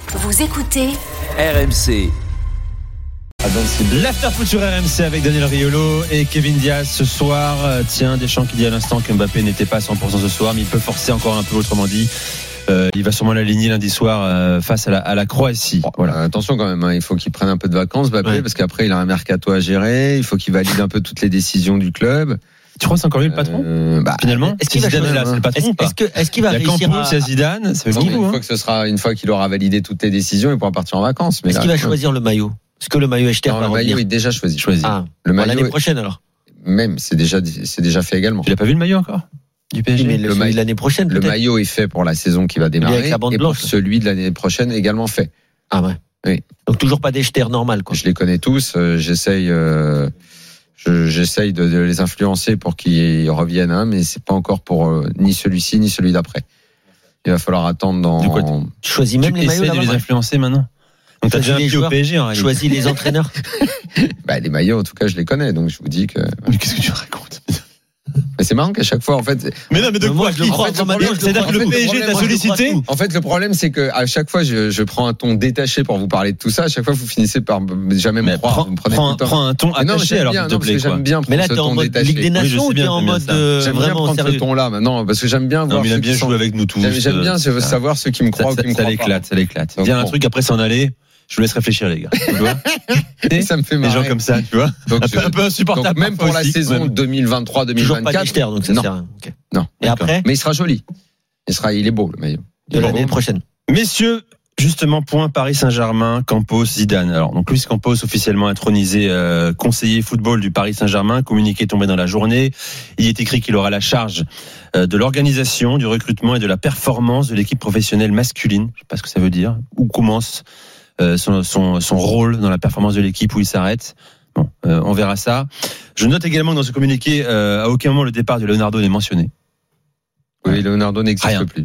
Vous écoutez RMC. L'afterfoot sur RMC avec Daniel Riolo et Kevin Diaz ce soir. Tiens, Deschamps qui dit à l'instant que Mbappé n'était pas à 100% ce soir, mais il peut forcer encore un peu, autrement dit. Il va sûrement l'aligner lundi soir face à la Croatie. Voilà. Attention quand même, il faut qu'il prenne un peu de vacances, Mbappé, parce qu'après il a un mercato à gérer. Il faut qu'il valide un peu toutes les décisions du club. Tu crois que c'est encore lui le patron finalement? Est-ce qu'il va Zidane est là, c'est le patron ou pas? Est-ce qu'il va réussir Campos, il y a Zidane, ça fait beaucoup. Une fois qu'il aura validé toutes les décisions, il pourra partir en vacances. Mais est-ce qu'il va choisir le maillot? Est-ce que le maillot Echter va revenir? Le maillot est déjà choisi. Le maillot l'année prochaine alors. Même c'est déjà fait également. Tu l'as pas vu le maillot encore du PSG? Mais le maillot de l'année prochaine. Le maillot est fait pour la saison qui va démarrer avec la bande et blanche. pour celui de l'année prochaine également fait. Ah ouais. Oui. Donc toujours pas d'Echter normal quoi. Je les connais tous. J'essaye de les influencer pour qu'ils reviennent, hein, mais c'est pas encore pour ni celui-ci ni celui d'après. Il va falloir attendre dans. Tu choisis même les maillots là-bas. Tu essaies de les influencer maintenant. Donc t'as déjà un pied au PSG en réalité. Choisis les entraîneurs. Les maillots en tout cas je les connais, donc je vous dis que. Mais qu'est-ce que tu racontes? Mais c'est marrant qu'à chaque fois en fait. Mais non, mais de quoi je le crois. C'est-à-dire que le PSG t'a sollicité. En fait, le problème c'est que à chaque fois je prends un ton détaché pour vous parler de tout ça. À chaque fois vous finissez par jamais me croire. Prends un ton attaché alors s'il te plaît. J'aime bien prendre mais là ce t'es en ton mode détaché. Ligue des Nations ou t'es en mode j'aime bien vraiment prendre sérieux? ce ton là maintenant parce que j'aime bien voir. Il a bien joué avec nous tous. J'aime bien savoir ceux qui me croient ou qui me croient pas. Ça l'éclate. Viens un truc après s'en aller. Je vous laisse réfléchir, les gars. Tu vois ça me fait marrer. Des gens comme ça, tu vois. Donc, un peu insupportable. Donc même pour la saison 2023-2024. Toujours pas d'Echter, donc ça sert à rien. Okay. Non. Et après? Mais il sera joli. Il est beau, le maillot. De l'année prochaine. Messieurs, justement, point Paris Saint-Germain, Campos, Zidane. Alors, donc, Luis Campos, officiellement intronisé conseiller football du Paris Saint-Germain, communiqué tombé dans la journée. Il est écrit qu'il aura la charge de l'organisation, du recrutement et de la performance de l'équipe professionnelle masculine. Je sais pas ce que ça veut dire. Où commence son rôle dans la performance de l'équipe, où il s'arrête. Bon, on verra ça. Je note également que dans ce communiqué, à aucun moment le départ de Leonardo n'est mentionné. Oui, Leonardo n'existe plus.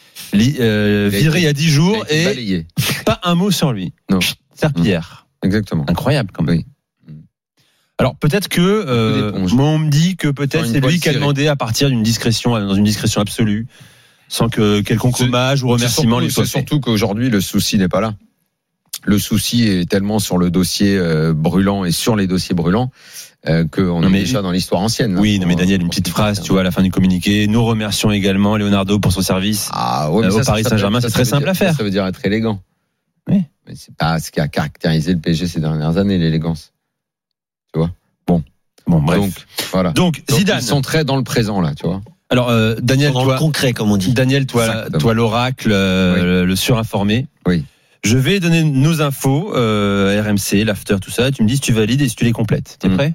Viré il y a 10 jours et balayé. Pas un mot sur lui. Non. Serpillière. Exactement. Incroyable quand même. Oui. Alors peut-être que moi on me dit que peut-être c'est lui qui a demandé à partir d'une discrétion, dans une discrétion absolue, sans que quelconque hommage ou remerciement lui soit fait. C'est surtout qu'aujourd'hui le souci n'est pas là. Le souci est tellement sur le dossier brûlant et sur les dossiers brûlants qu'on est déjà dans l'histoire ancienne. Oui, non mais Daniel, une petite phrase, tu vois, à la fin du communiqué. Nous remercions également Leonardo pour son service au Paris Saint-Germain. C'est très simple à faire. Ça veut dire être élégant. Oui. Mais c'est pas ce qui a caractérisé le PSG ces dernières années, l'élégance. Tu vois. Bon, bref. Donc, voilà. Donc Zidane. Ils sont très dans le présent là, tu vois. Alors Daniel, dans le concret comme on dit. Daniel, toi l'oracle, le surinformé. Oui. Je vais donner nos infos, RMC, l'after, tout ça. Tu me dis si tu valides et si tu les complètes. T'es prêt?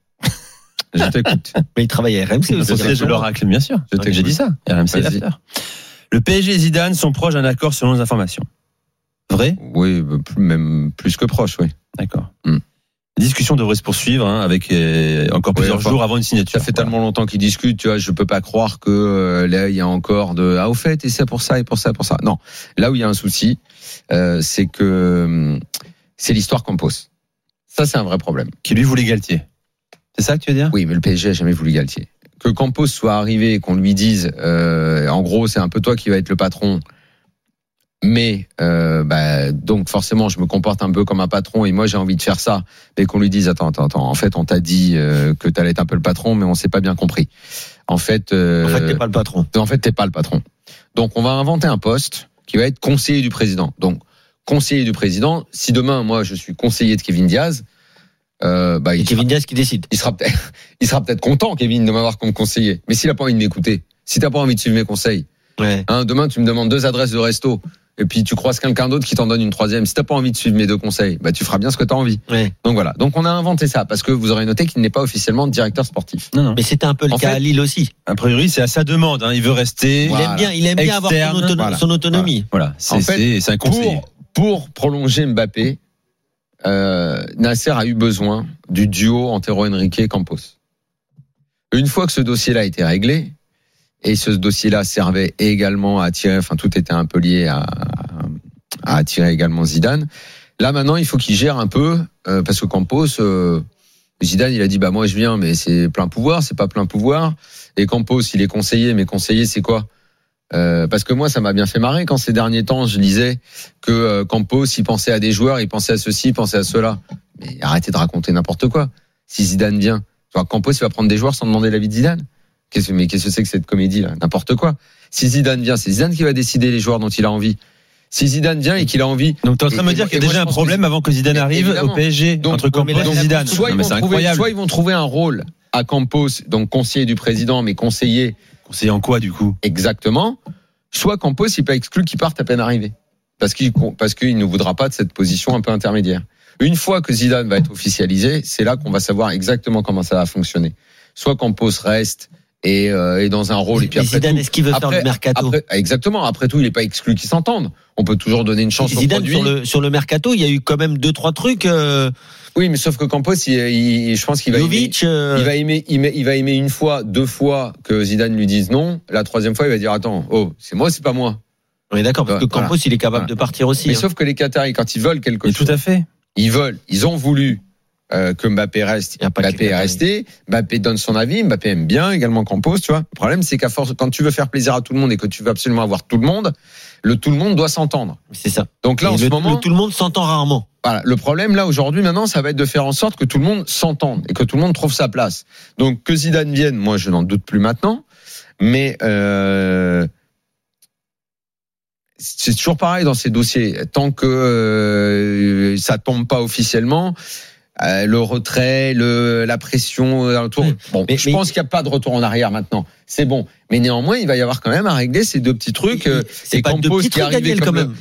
Je t'écoute. Mais il travaille à RMC aussi. C'est l'oracle, bien sûr. J'ai dit ça. RMC, l'after. Le PSG et Zidane sont proches d'un accord selon les informations. Vrai? Oui, même plus que proche, oui. D'accord. La discussion devrait se poursuivre avec encore plusieurs jours avant une signature. Ça fait tellement longtemps qu'ils discutent, tu vois, je peux pas croire que là il y a encore au fait et c'est pour ça et pour ça et pour ça. Non, là où il y a un souci, c'est que c'est l'histoire Campos. Ça c'est un vrai problème. Qui lui voulait Galtier. C'est ça que tu veux dire? Oui, mais le PSG a jamais voulu Galtier. Que Campos soit arrivé et qu'on lui dise, en gros, c'est un peu toi qui vas être le patron. Mais donc forcément je me comporte un peu comme un patron et moi j'ai envie de faire ça, mais qu'on lui dise attends en fait on t'a dit que t'allais être un peu le patron mais on s'est pas bien compris. En fait t'es pas le patron. En fait t'es pas le patron. Donc on va inventer un poste qui va être conseiller du président. Donc conseiller du président, si demain moi je suis conseiller de Kevin Diaz, Kevin Diaz qui décide. Il sera peut-être content Kevin de m'avoir comme conseiller, mais s'il a pas envie de m'écouter, si t'as pas envie de suivre mes conseils, demain tu me demandes 2 adresses de resto. Et puis tu croises quelqu'un d'autre qui t'en donne une 3e. Si t'as pas envie de suivre mes 2 conseils, tu feras bien ce que t'as envie. Ouais. Donc voilà. Donc on a inventé ça parce que vous aurez noté qu'il n'est pas officiellement directeur sportif. Non. Mais c'était un peu le cas à Lille aussi. A priori, c'est à sa demande. Il veut rester. Il aime bien avoir son autonomie. Voilà. C'est un conseiller. Pour prolonger Mbappé, Nasser a eu besoin du duo Antero Henrique Campos. Une fois que ce dossier-là a été réglé. Et ce dossier-là servait également à attirer, tout était un peu lié à attirer également Zidane. Là maintenant, il faut qu'il gère un peu, parce que Campos, Zidane, il a dit moi je viens, mais c'est plein pouvoir, c'est pas plein pouvoir. Et Campos, il est conseiller, mais conseiller c'est quoi? Parce que moi, ça m'a bien fait marrer quand ces derniers temps, je lisais que Campos, il pensait à des joueurs, il pensait à ceci, il pensait à cela. Mais arrêtez de raconter n'importe quoi. Si Zidane vient, Campos, il va prendre des joueurs sans demander l'avis de Zidane. Qu'est-ce que c'est que cette comédie là ? N'importe quoi. Si Zidane vient, c'est Zidane qui va décider les joueurs dont il a envie. Si Zidane vient et qu'il a envie. Donc, tu es en train de me dire qu'il y a déjà un problème avant que Zidane arrive au PSG entre Campos et Zidane. Soit ils vont trouver un rôle à Campos, donc conseiller du président, mais conseiller. Conseiller en quoi, du coup ? Exactement. Soit Campos, il peut exclure qu'il parte à peine arrivé. Parce qu'il ne voudra pas de cette position un peu intermédiaire. Une fois que Zidane va être officialisé, c'est là qu'on va savoir exactement comment ça va fonctionner. Soit Campos reste et dans un rôle, et puis après Zidane, tout, est-ce qu'il veut faire le mercato ? Exactement. Après tout, il n'est pas exclu qu'ils s'entendent. On peut toujours donner une chance Zidane, au produit. sur le mercato, il y a eu quand même 2-3 trucs. Oui, mais sauf que Campos, je pense qu'il va aimer, il va aimer une fois, 2 fois que Zidane lui dise non. La 3e fois, il va dire attends, c'est moi, c'est pas moi. On est d'accord, parce que Campos, il est capable de partir aussi. Mais sauf que les Qataris, quand ils veulent quelque chose, tout à fait. Ils ont voulu que Mbappé reste. Mbappé est resté. Mbappé donne son avis. Mbappé aime bien également Campos, tu vois. Le problème, c'est qu'à force, quand tu veux faire plaisir à tout le monde et que tu veux absolument avoir tout le monde doit s'entendre. C'est ça. Donc là, en ce moment, tout le monde s'entend rarement. Voilà. Le problème, là, aujourd'hui, maintenant, ça va être de faire en sorte que tout le monde s'entende et que tout le monde trouve sa place. Donc, que Zidane vienne, moi, je n'en doute plus maintenant. Mais, c'est toujours pareil dans ces dossiers. Tant que ça tombe pas officiellement, le retrait, la pression autour. Bon, je pense qu'il n'y a pas de retour en arrière maintenant. C'est bon. Mais néanmoins, il va y avoir quand même à régler ces 2 petits trucs. C'est pas Campos qui arrivait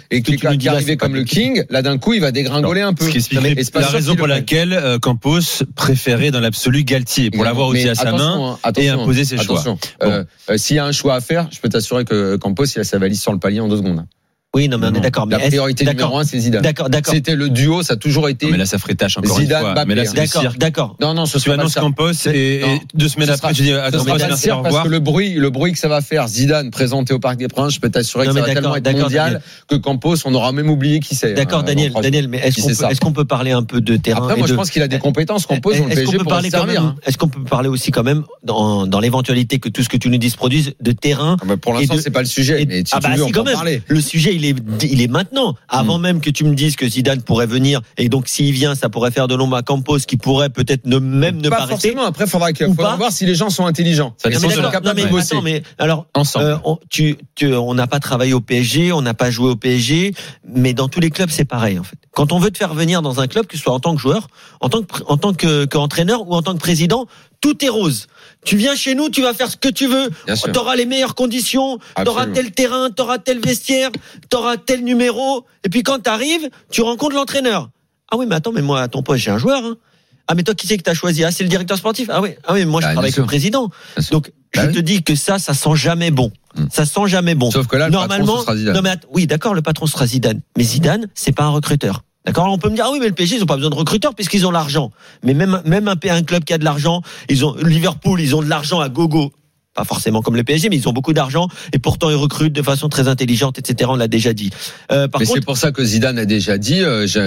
comme le King. Là, d'un coup, il va dégringoler un peu. Ce qui explique la raison pour laquelle Campos préférait dans l'absolu Galtier pour l'avoir aussi à sa main et imposer ses choix. S'il y a un choix à faire, je peux t'assurer que Campos, il a sa valise sur le palier en 2 secondes. Oui, non, mais on est d'accord. La priorité numéro 1, c'est Zidane. D'accord. C'était le duo, ça a toujours été. Mais là, ça ferait tâche encore Zidane, une fois. Mbappé, mais là, c'est d'accord. Non, tu annonces Campos et 2 semaines après, tu dis attends, merci, au revoir. Parce que le bruit que ça va faire, Zidane présenté au Parc des Princes, je peux t'assurer que ça va tellement être mondial que Campos, on aura même oublié qui c'est. D'accord, Daniel, mais est-ce qu'on peut parler un peu de terrain ? Après, moi, je pense qu'il a des compétences, Campos, on le PSG pour le servir. Est-ce qu'on peut parler aussi quand même, dans l'éventualité que tout ce que tu nous dis se produise, de terrain ? Pour l'instant, c'est pas le sujet, mais si tu veux, on peut en parler. Le sujet, il est maintenant. Avant même que tu me dises que Zidane pourrait venir, et donc s'il vient, ça pourrait faire de l'ombre à Campos, qui pourrait peut-être même ne pas rester. Forcément. Après, il faudra voir si les gens sont intelligents. Ça dépend de leur capacité de bosser. Mais alors, ensemble. On n'a pas travaillé au PSG, on n'a pas joué au PSG, mais dans tous les clubs, c'est pareil en fait. Quand on veut te faire venir dans un club, que ce soit en tant que joueur, en tant qu'entraîneur ou en tant que président, tout est rose. Tu viens chez nous, tu vas faire ce que tu veux. Tu auras les meilleures conditions, tu auras tel terrain, tu auras tel vestiaire, tu auras tel numéro. Et puis quand tu arrives, tu rencontres l'entraîneur. Ah oui, mais attends, mais moi, à ton poste, j'ai un joueur. Hein. Ah, mais toi, qui c'est que tu as choisi ? Ah, c'est le directeur sportif. Ah oui, mais moi, je travaille avec le président. Donc, je te dis que ça sent jamais bon. Ça sent jamais bon. Sauf que là, normalement, le patron, ce sera Zidane. Non, mais oui, d'accord, le patron sera Zidane. Mais Zidane, c'est pas un recruteur. D'accord, on peut me dire, ah oui, mais le PSG, ils ont pas besoin de recruteurs puisqu'ils ont l'argent. Mais même un club qui a de l'argent, Liverpool, ils ont de l'argent à gogo. Pas forcément comme le PSG, mais ils ont beaucoup d'argent et pourtant ils recrutent de façon très intelligente, etc. On l'a déjà dit. C'est pour ça que Zidane a déjà dit,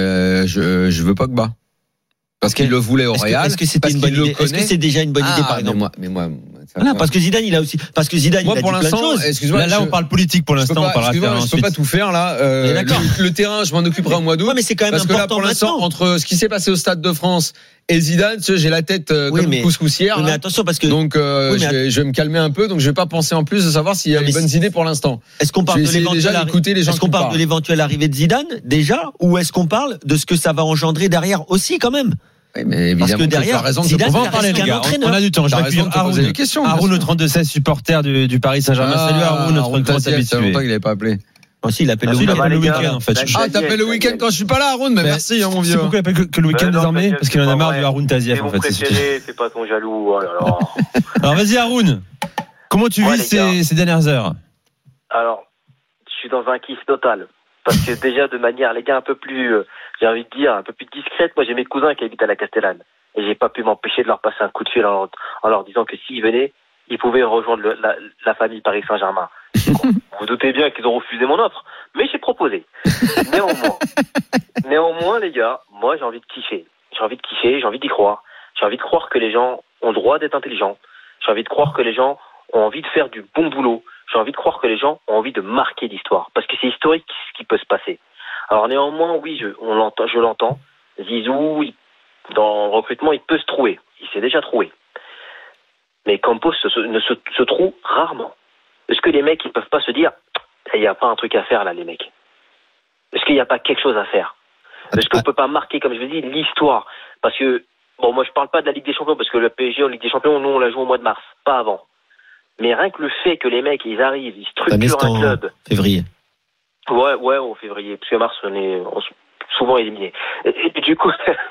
je veux Pogba. Parce qu'il le voulait au Real. Est-ce que c'était une bonne idée ? Est-ce que c'est déjà une bonne idée, par exemple ? Voilà, parce que Zidane, il a aussi, parce que Zidane, il a dit plein de choses. Excuse-moi, là, on parle politique pour l'instant, on parlera terrain ensuite. Je peux pas tout faire, là. Le terrain, je m'en occuperai au mois d'août. Ouais, mais c'est quand même parce important. Parce que là, pour l'instant, entre ce qui s'est passé au Stade de France et Zidane, j'ai la tête comme une couscoussière. Oui, mais attention, parce que. Donc, je vais me calmer un peu, donc je vais pas penser en plus de savoir s'il y a les bonnes idées pour l'instant. Est-ce qu'on parle de l'éventuelle arrivée de Zidane, déjà, ou est-ce qu'on parle de ce que ça va engendrer derrière aussi, quand même? Oui, mais évidemment, parce que derrière, on va en parler, les gars. On a du temps. Je vais accueillir Haroun, le 32-16 supporter du Paris Saint-Germain. Salut Haroun, notre grand habitué. Ça fait longtemps qu'il n'avait pas appelé. Aussi, il appelle le week-end, en fait. T'appelles le week-end quand je suis pas là, Haroun, mais merci, mon vieux. C'est pourquoi il appelle que le week-end désormais? Parce qu'il en a marre du Haroun Tazieff, en fait. C'est pas ton jaloux, oh là là. Alors, vas-y, Haroun. Comment tu vis ces dernières heures? Alors, je suis dans un kiff total. Parce que déjà, de manière, les gars, un peu plus, j'ai envie de dire, un peu plus discrète, moi j'ai mes cousins qui habitent à la Castellane. Et j'ai pas pu m'empêcher de leur passer un coup de fil en leur disant que s'ils venaient, ils pouvaient rejoindre la famille Paris Saint-Germain. Vous vous doutez bien qu'ils ont refusé mon offre, mais j'ai proposé. Néanmoins, les gars, moi j'ai envie de kiffer. J'ai envie d'y croire. J'ai envie de croire que les gens ont le droit d'être intelligents. J'ai envie de croire que les gens ont envie de faire du bon boulot. J'ai envie de croire que les gens ont envie de marquer l'histoire, parce que c'est historique ce qui peut se passer. Alors néanmoins, oui, je l'entends. Zizou, dans le recrutement, il peut se trouer. Il s'est déjà troué. Mais Campos se trouve rarement. Est-ce que les mecs, ils peuvent pas se dire, il n'y a pas un truc à faire là, les mecs? Est-ce qu'il n'y a pas quelque chose à faire? Est-ce qu'on peut pas marquer, comme je vous dis, l'histoire? Parce que, bon, moi je parle pas de la Ligue des Champions, parce que le PSG en Ligue des Champions, nous on la joue au mois de mars, pas avant. Mais rien que le fait que les mecs, ils arrivent, ils structurent un club. Février. Ouais, en février. Parce que mars, on est souvent éliminé. Et du coup,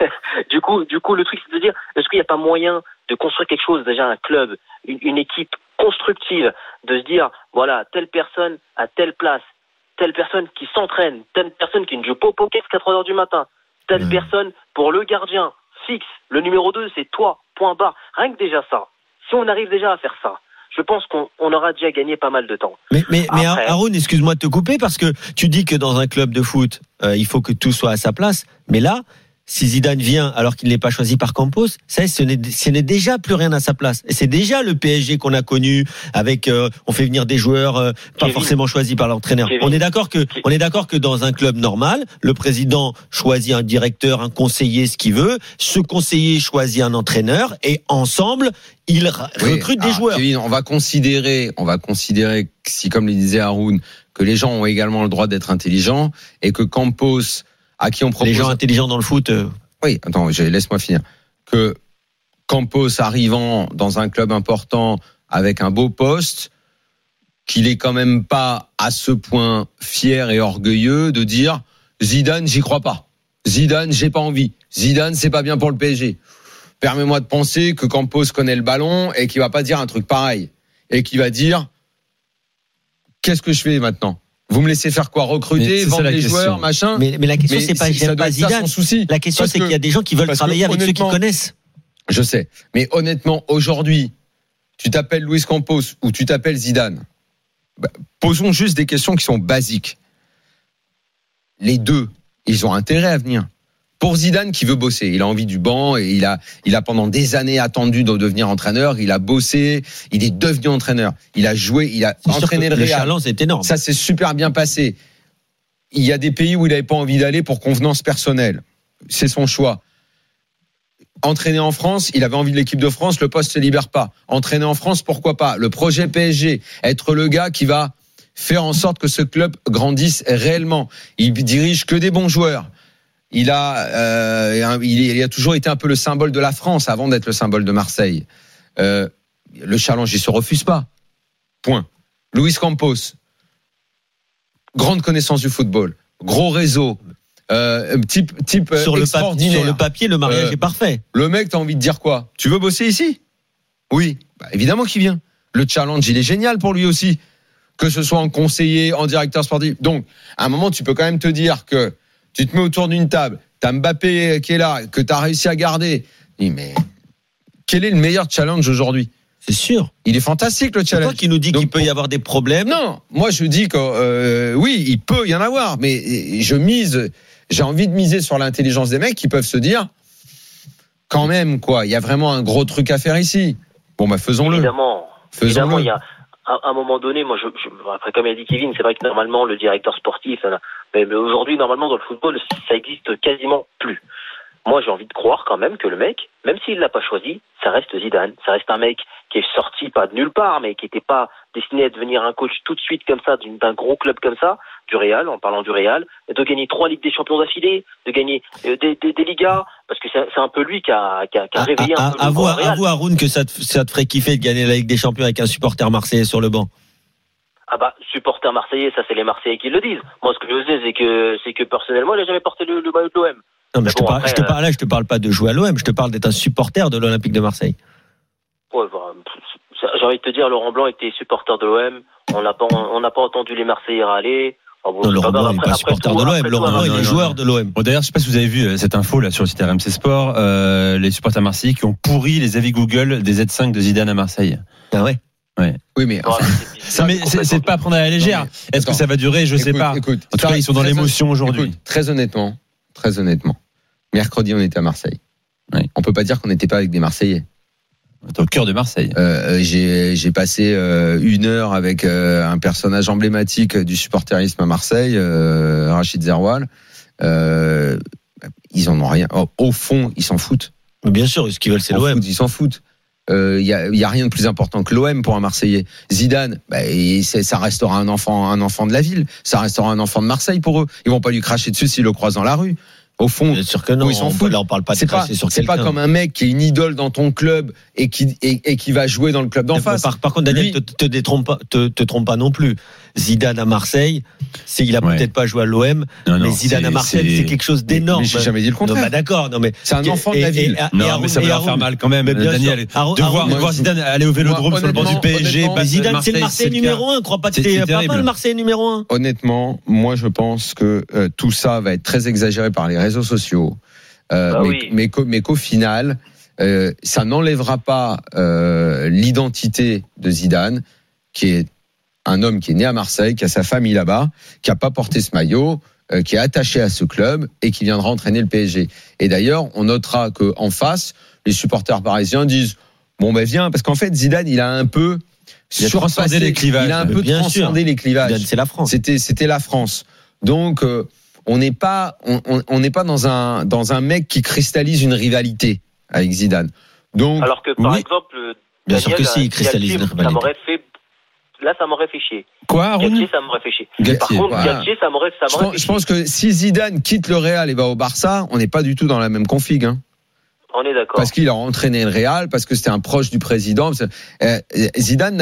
le truc, c'est de dire, est-ce qu'il n'y a pas moyen de construire quelque chose, déjà un club, une équipe constructive, de se dire, voilà, telle personne à telle place, telle personne qui s'entraîne, telle personne qui ne joue pas au poker à 4h du matin, telle personne pour le gardien, fixe, le numéro 2, c'est toi, point barre. Rien que déjà ça. Si on arrive déjà à faire ça, je pense qu'on aura déjà gagné pas mal de temps. Mais Haroun, excuse-moi de te couper, parce que tu dis que dans un club de foot, il faut que tout soit à sa place. Mais là, si Zidane vient alors qu'il n'est pas choisi par Campos, ce n'est déjà plus rien à sa place. Et c'est déjà le PSG qu'on a connu avec, on fait venir des joueurs pas forcément choisis par l'entraîneur. On est d'accord que dans un club normal, le président choisit un directeur, un conseiller, ce qu'il veut. Ce conseiller choisit un entraîneur et ensemble, il recrute des joueurs. Kevin, on va considérer que si, comme le disait Haroun, que les gens ont également le droit d'être intelligents et que Campos, à qui on propose... Les gens intelligents dans le foot. Oui, attends, laisse-moi finir. Que Campos arrivant dans un club important avec un beau poste, qu'il est quand même pas à ce point fier et orgueilleux de dire Zidane, j'y crois pas. Zidane, j'ai pas envie. Zidane, c'est pas bien pour le PSG. Permets-moi de penser que Campos connaît le ballon et qu'il va pas dire un truc pareil. Et qu'il va dire qu'est-ce que je fais maintenant? Vous me laissez faire quoi? Recruter, vendre les joueurs, machin? Mais la question, c'est pas j'aime pas Zidane. La question, c'est qu'il y a des gens qui veulent travailler avec ceux qui connaissent. Je sais. Mais honnêtement, aujourd'hui, tu t'appelles Luis Campos ou tu t'appelles Zidane. Posons juste des questions qui sont basiques. Les deux, ils ont intérêt à venir. Pour Zidane qui veut bosser, il a envie du banc et il a pendant des années attendu de devenir entraîneur, il a bossé, il est devenu entraîneur, il a joué, il a entraîné le Real. Le challenge est énorme. Ça s'est super bien passé. Il y a des pays où il n'avait pas envie d'aller pour convenance personnelle. C'est son choix. Entraîner en France, il avait envie de l'équipe de France, le poste se libère pas. Entraîner en France, pourquoi pas? Le projet PSG, être le gars qui va faire en sorte que ce club grandisse réellement. Il dirige que des bons joueurs. Il a toujours été un peu le symbole de la France avant d'être le symbole de Marseille. Le challenge, il se refuse pas. Point. Luis Campos, grande connaissance du football, gros réseau, type sur extraordinaire. Sur le papier, le mariage est parfait. Le mec, t'as envie de dire quoi? Tu veux bosser ici? Oui. Évidemment qu'il vient. Le challenge, il est génial pour lui aussi. Que ce soit en conseiller, en directeur sportif. Donc, à un moment, tu peux quand même te dire que tu te mets autour d'une table, t'as Mbappé qui est là, que t'as réussi à garder. Mais quel est le meilleur challenge aujourd'hui? C'est sûr. Il est fantastique le challenge. C'est toi qui nous dis qu'il peut y avoir des problèmes. Non, moi je dis que oui, il peut y en avoir, mais j'ai envie de miser sur l'intelligence des mecs qui peuvent se dire, quand même quoi, il y a vraiment un gros truc à faire ici. Bon faisons-le. Évidemment, il y a à un moment donné, moi, après, comme a dit Kevin, c'est vrai que normalement, le directeur sportif, mais aujourd'hui, normalement, dans le football, ça existe quasiment plus. Moi, j'ai envie de croire quand même que le mec, même s'il l'a pas choisi, ça reste Zidane. Ça reste un mec qui est sorti pas de nulle part, mais qui n'était pas destiné à devenir un coach tout de suite comme ça, d'un gros club comme ça, du Real, en parlant du Real, de gagner 3 Ligues des Champions d'affilée, de gagner des Ligas, parce que c'est un peu lui qui a réveillé un peu le Real. Avoue, Haroun, que ça te ferait kiffer de gagner la Ligue des Champions avec un supporter marseillais sur le banc. Ah supporter marseillais, ça c'est les Marseillais qui le disent. Moi, ce que je sais, c'est que personnellement, il n'a jamais porté le maillot de l'OM. Non, mais je te parle pas de jouer à l'OM, je te parle d'être un supporter de l'Olympique de Marseille. Ouais, j'ai envie de te dire, Laurent Blanc était supporter de l'OM. On n'a pas entendu les Marseillais râler. Non, Laurent Blanc n'est pas supporter de l'OM. Laurent Blanc, il est joueur de l'OM. Bon, d'ailleurs, je sais pas si vous avez vu cette info là sur le site RMC Sport, les supporters marseillais qui ont pourri les avis Google des Z5 de Zidane à Marseille. Ah ouais. Ouais. Oui, mais c'est pas à prendre à la légère. Est-ce que ça va durer? Je sais pas. Écoute, en tout cas, ils sont dans l'émotion aujourd'hui. Très honnêtement, mercredi, on était à Marseille. Ouais. On peut pas dire qu'on n'était pas avec des Marseillais. Au cœur de Marseille. J'ai passé 1 heure avec un personnage emblématique du supporterisme à Marseille, Rachid Zerwal. Ils en ont rien. Au fond, ils s'en foutent. Mais bien sûr, ce qu'ils veulent, c'est l'OM. Ils s'en foutent. Il y a rien de plus important que l'OM pour un Marseillais. Zidane, ça restera un enfant de la ville. Ça restera un enfant de Marseille pour eux. Ils vont pas lui cracher dessus s'ils le croisent dans la rue. Au fond, bien sûr que non, ils s'en foutent. Là, on parle pas de cracher sur quelqu'un. C'est pas comme un mec qui est une idole dans ton club et qui va jouer dans le club d'en face. Par contre, Daniel, te trompe pas non plus. Zidane à Marseille, il a peut-être pas joué à l'OM, mais Zidane à Marseille, c'est quelque chose d'énorme. Mais j'ai jamais dit le contraire. Non, d'accord, non mais c'est un enfant de la ville. Mais ça va leur faire mal quand même, Daniel. De voir Zidane aller au Vélodrome sur le banc du PSG. Zidane, c'est le Marseille numéro 1. Crois pas que c'est pas le Marseille numéro 1. Honnêtement, moi je pense que tout ça va être très exagéré par les réseaux sociaux. Mais qu'au final, ça n'enlèvera pas l'identité de Zidane, qui est un homme qui est né à Marseille, qui a sa famille là-bas, qui a pas porté ce maillot, qui est attaché à ce club et qui viendra entraîner le PSG. Et d'ailleurs, on notera que en face, les supporters parisiens disent viens, parce qu'en fait Zidane, il a un peu surpassé les clivages. Il a un peu transcendé les clivages. Zidane, c'est la France. C'était la France. Donc on n'est pas dans un mec qui cristallise une rivalité avec Zidane. Donc, alors que par exemple, bien sûr que si, il cristallise une rivalité. Ça m'aurait fait chier. Quoi, Galtier, ça m'aurait fait chier. Par contre, Galtier, ça m'aurait fait chier. Je pense que si Zidane quitte le Real et va au Barça, on n'est pas du tout dans la même config. On est d'accord. Parce qu'il a entraîné le Real, parce que c'était un proche du président. Zidane,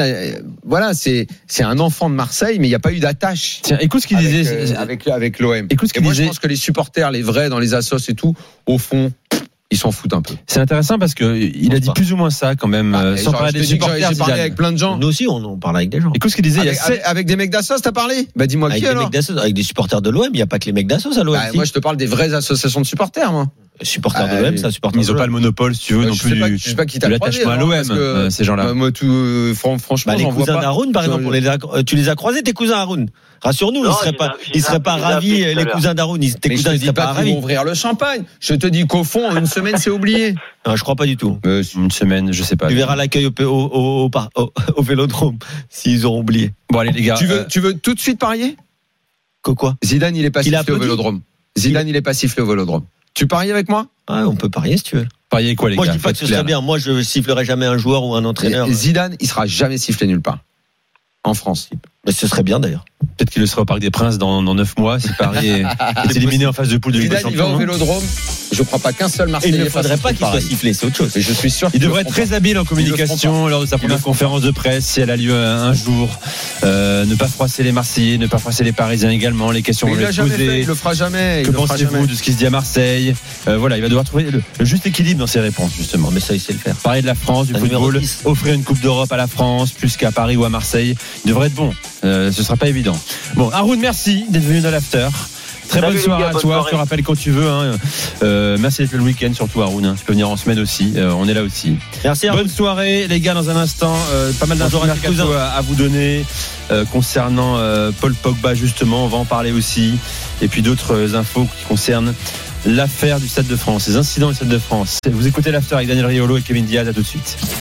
c'est un enfant de Marseille, mais il n'y a pas eu d'attache. Tiens, écoute ce qu'il disait avec l'OM. Écoute ce qu'il disait. Moi, je pense que les supporters, les vrais, dans les assos et tout, au fond, ils s'en foutent un peu. C'est intéressant parce que il a dit plus ou moins ça quand même, sans parler des supporters. J'ai parlé avec plein de gens. Nous aussi, on parle avec des gens. Écoute ce qu'il disait. Avec des mecs d'assos, t'as parlé ? Dis-moi qui alors ? Avec des supporters de l'OM, il n'y a pas que les mecs d'assos à l'OM. Moi, je te parle des vraies associations de supporters, moi. Supporters de l'OM, c'est un supporter. Ils n'ont pas le monopole, si tu veux, non plus. Je sais pas qui t'a l'attachement à l'OM, ces gens-là. Moi, franchement, les cousins d'Haroun, par exemple, tu les as croisés, tes cousins Haroun. Rassure-nous, ils seraient pas ravis, les cousins d'Haroun. Tes cousins, ils seraient pas ravis. Ils vont ouvrir le champagne. Je te dis qu'au fond, une semaine, c'est oublié. Non, je crois pas du tout. Une semaine, je sais pas. Tu verras l'accueil au Vélodrome, s'ils auront oublié. Bon, allez, les gars. Tu veux tout de suite parier? Quoi? Zidane, il est pas sifflé au Vélodrome. Zidane, il est pas sifflé au Vélodrome. Tu paries avec moi? On peut parier si tu veux. Parier quoi, les gars? Moi, je dis pas que ce serait bien. Moi, je sifflerai jamais un joueur ou un entraîneur. Zidane, il sera jamais sifflé nulle part. En France. Mais ce serait bien d'ailleurs. Peut-être qu'il le sera au Parc des Princes dans 9 mois si Paris est éliminé en phase de poule de Ligue des Champions. Zidane, il va au Vélodrome. Je crois pas qu'un seul Marseillais. Il ne faudrait pas qu'il soit sifflé, c'est autre chose. Mais je suis sûr. Il devrait être très habile en communication lors de sa première conférence de presse si elle a lieu un jour. Ne pas froisser les Marseillais, ne pas froisser les Parisiens également. Les questions vont être posées. Il le fera jamais. Que pensez-vous de ce qui se dit à Marseille? Voilà, il va devoir trouver le juste équilibre dans ses réponses justement. Mais ça, il sait le faire. Parler de la France, du football, offrir une Coupe d'Europe à la France plus qu'à Paris ou à Marseille. Il devrait être bon. Ce sera pas évident. Bon, Haroun, merci d'être venu dans l'after. Très bonne soirée à toi. Je te rappelle quand tu veux. Merci d'être le week-end, surtout Haroun. Tu peux venir en semaine aussi. On est là aussi. Merci. Bonne soirée, les gars. Dans un instant, pas mal d'informations à vous donner concernant Paul Pogba justement. On va en parler aussi. Et puis d'autres infos qui concernent l'affaire du Stade de France, les incidents du Stade de France. Vous écoutez l'after avec Daniel Riolo et Kevin Diaz. À tout de suite.